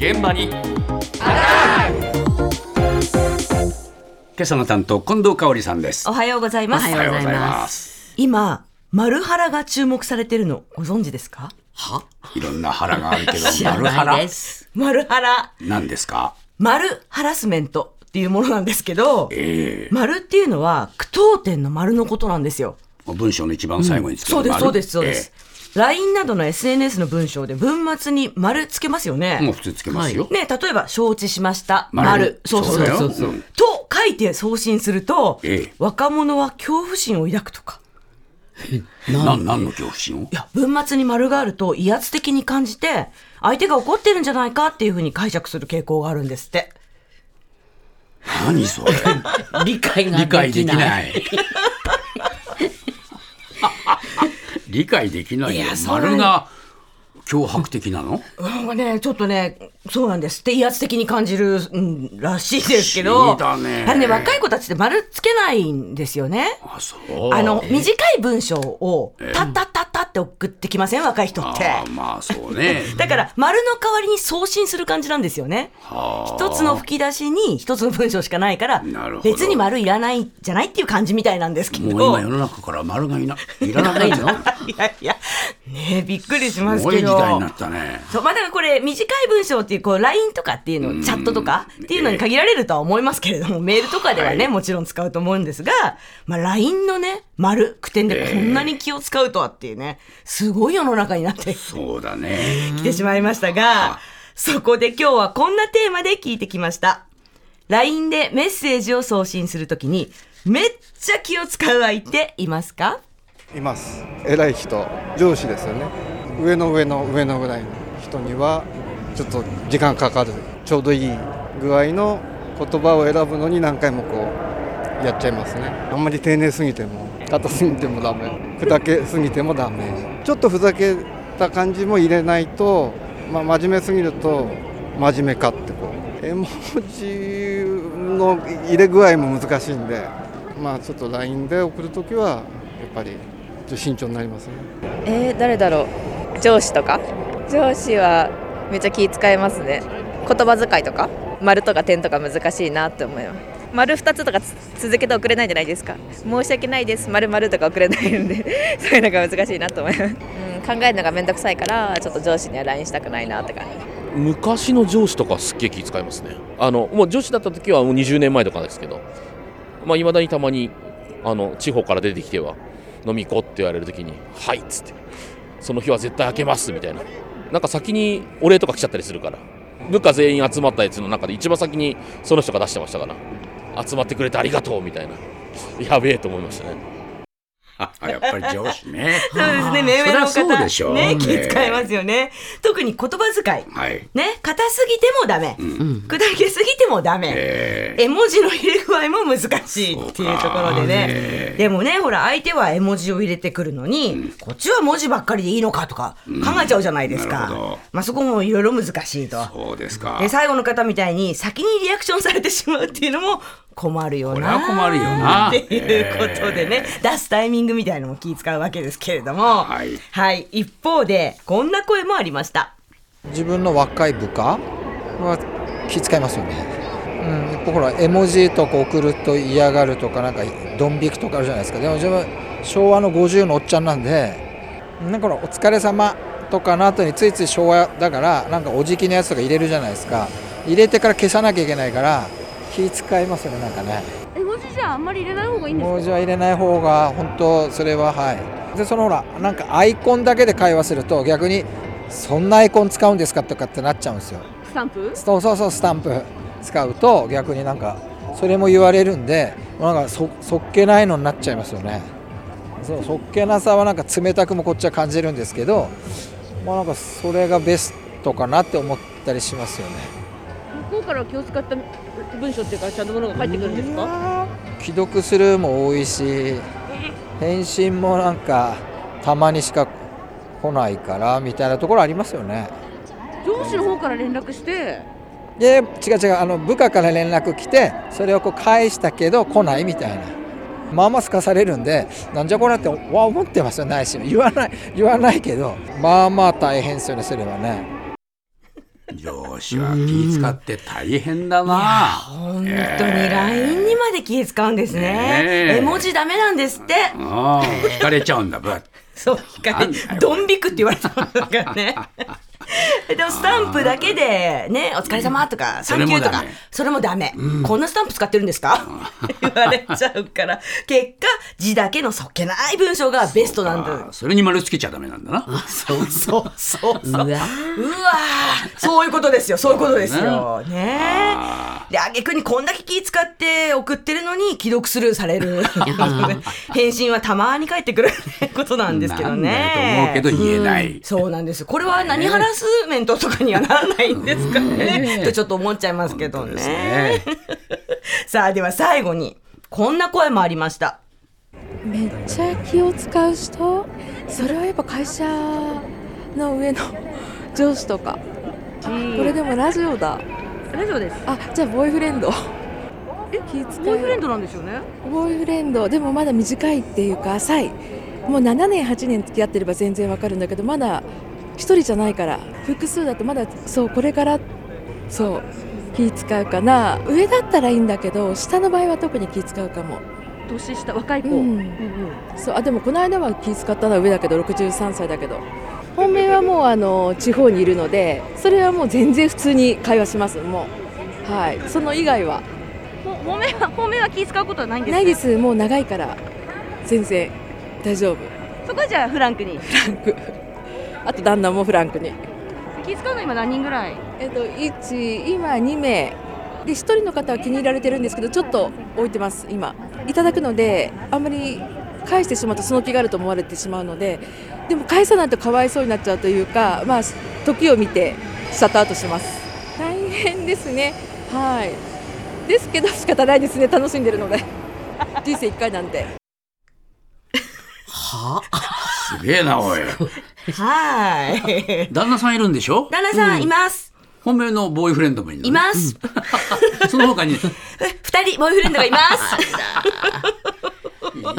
現場に今朝の担当近藤香織さんです。 おはようございます。 おはようございます。 今マルハラが注目されてるのご存知ですか？ いろんなハラがあるけど知らないです。 マルハラ何ですか？ マルハラスメントっていうものなんですけど、マルっていうのは句読点の丸のことなんですよ。 文章の一番最後につける丸、 そうです、LINE などの SNS の文章で文末に丸つけますよね。 もう普通つけますよ、 ね、例えば承知しました丸そう、と書いて送信すると、若者は恐怖心を抱くとか。 何の恐怖心を？ いや、文末に丸があると威圧的に感じて相手が怒ってるんじゃないかっていうふうに解釈する傾向があるんですって。 何それ理解できない理解できないよ。丸が脅迫的なの？ ちょっとね、そうなんですって、威圧的に感じる、らしいですけど、 不思議だね。 若い子たちって丸つけないんですよね。 そう。 短い文章をタッタッタッタって送ってきません？若い人って。 まあそうねだから丸の代わりに送信する感じなんですよね。一つの吹き出しに一つの文章しかないから別に丸いらないじゃないっていう感じみたいなんですけど、 もう今世の中から丸がいらなくなっちゃういやね、びっくりしますけど、 すごい時代になったね。 そう、だからこれ短い文章っていう LINE とかっていうの、チャットとかっていうのに限られるとは思いますけれども、メールとかではね、もちろん使うと思うんですが、LINE のね丸句点でこんなに気を使うとはっていうね、すごい世の中になってそうだね来てしまいましたが、そこで今日はこんなテーマで聞いてきました。 LINE でメッセージを送信するときにめっちゃ気を使う相手いますか？ います。偉い人、上司ですよね。上のぐらいの人にはちょっと時間かかる、ちょうどいい具合の言葉を選ぶのに何回もやっちゃいますね。あんまり丁寧すぎても硬すぎてもダメ、砕けすぎてもダメ、ちょっとふざけた感じも入れないと、真面目すぎると真面目かって絵文字の入れ具合も難しいんで、ちょっと LINE で送るときはやっぱり慎重になりますね。 誰だろう。上司とか。上司はめっちゃ気使いますね。言葉遣いとか丸とか点とか難しいなって思います。丸2つとか続けて送れないじゃないですか。申し訳ないです丸々とか送れないんでそういうのが難しいなと思います、考えるのがめんどくさいからちょっと上司には LINE したくないなって感じ。 昔の上司とかすっげえ気使いますね。もう上司だった時はもう20年前とかですけど、未だにたまに地方から出てきては飲み行こうって言われる時にはいっつって、その日は絶対開けますみたいな、なんか先にお礼とか来ちゃったりするから、部下全員集まったやつの中で一番先にその人が出してましたから、集まってくれてありがとうみたいな、やべえと思いましたね。 やっぱり上司ねそうですね、目上のそりゃそうでしょ方ね、気遣いますよね。特に言葉遣い、ね、硬すぎてもダメ、砕けすぎてもダメ、絵文字の入れ具合も難しいっていうところでね。でもね、ほら相手は絵文字を入れてくるのに、こっちは文字ばっかりでいいのかとか考えちゃうじゃないですか。そこもいろいろ難しいと。 そうですか。 で最後の方みたいに先にリアクションされてしまうっていうのも困るよな、 これは困るよなっていうことでね、出すタイミングみたいなのも気使うわけですけれども、一方でこんな声もありました。 自分の若い部下は気遣いますよね。一方ほら絵文字とか送ると嫌がるとか、なんかドン引きとかあるじゃないですか。でも自分昭和の50のおっちゃんなんで、なんかお疲れ様とかの後についつい昭和だからなんかお辞儀のやつとか入れるじゃないですか。入れてから消さなきゃいけないから気使いますよね。なんかね、 絵文字じゃあんまり入れない方がいいんですか？ 絵文字は入れない方が本当それはでそのほらなんかアイコンだけで会話すると逆にそんなアイコン使うんですかとかってなっちゃうんですよ。 スタンプ？ そうスタンプ使うと逆になんかそれも言われるんで、なんかそっけないのになっちゃいますよね。そっけなさはなんか冷たくもこっちは感じるんですけど、なんかそれがベストかなって思ったりしますよね。 向こうから気を使った文章っていうかちゃんとものが返ってくるんですか？ 既読スルーも多いし、返信もなんかたまにしか来ないからみたいなところありますよね。 上司の方から連絡して、 違う部下から連絡来てそれを返したけど来ないみたいな、すかされるんで、なんじゃこれって思ってますよ。ないし言わないけど大変ですよね、それはね。 上司は気使って大変だな。 本当に LINE にまで気使うんですね。絵文字ダメなんですって。 惹かれちゃうんだ。 そう、惹かれ、ドン引くって言われたんだからね。でもスタンプだけでね、お疲れ様とかサンキューとか、それもダメ。こんなスタンプ使ってるんですか言われちゃうから、結果字だけのそっけない文章がベストなんだ。 それに丸つけちゃダメなんだな。 そううわそういうことですよ、そういうことですよね。で、挙句にこんだけ気使って送ってるのに既読スルーされる返信はたまに返ってくることなんですけどね。 なんだと思うけど言えない。 そうなんです。これは何ハラスメントとかにはならないんですかねとちょっと思っちゃいますけどね。さあ、では最後にこんな声もありました。 めっちゃ気を使う人、それはやっぱ会社の上の上司とか。これでもラジオだ。 ラジオです。 じゃあボーイフレンド。 気使う。ボーイフレンドなんですよね。 ボーイフレンドでもまだ短いっていうか浅い。もう7年8年付き合ってれば全然わかるんだけど、まだ一人じゃないから、複数だとまだそうこれからそう気使うかな。上だったらいいんだけど、下の場合は特に気使うかも。 年下、若い子。 そうでもこの間は気使ったのは上だけど63歳だけど、本命はもう地方にいるので、それはもう全然普通に会話します。もうはいその以外は本命は気使うことはないんですか？ ないです。もう長いから全然大丈夫。 そこはじゃあフランクに。 フランクあと旦那もフランクに。 気使うの今何人ぐらい？ 今2名で、1人の方は気に入られてるんですけど、ちょっと置いてます。今いただくので、あんまり返してしまうとその気があると思われてしまうので、でも返さないとかわいそうになっちゃうというか、時を見てシャットアウトします。大変ですね。はいですけど仕方ないですね。楽しんでるので人生1回なんで。 すげえなおい。旦那さんいるんでしょ？ 旦那さんいます。 本命のボーイフレンドもいるの？ います。 その他に 2人ボーイフレンドがいます。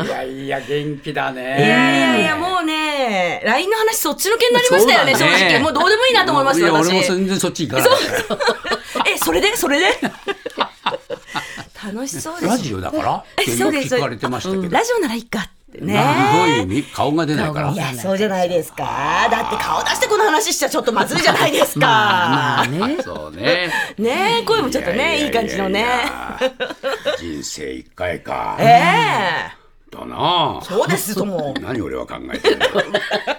いや元気だね。 いやもうね LINE の話そっちのけになりましたよね。正直もうどうでもいいなと思いました。 俺も全然そっち行かない。 それで楽しそうです。 ラジオだからそうです。 聞かれてましたけど、 ラジオならいいかってね。 どういう意味？顔が出ないから。 いやそうじゃないですか。だって顔出してこの話しちゃちょっとまずいじゃないですか。 そうね。 ね声もちょっとねいい感じのね。 人生1回か。 だな。 そうですとも。何俺は考えてるんだ。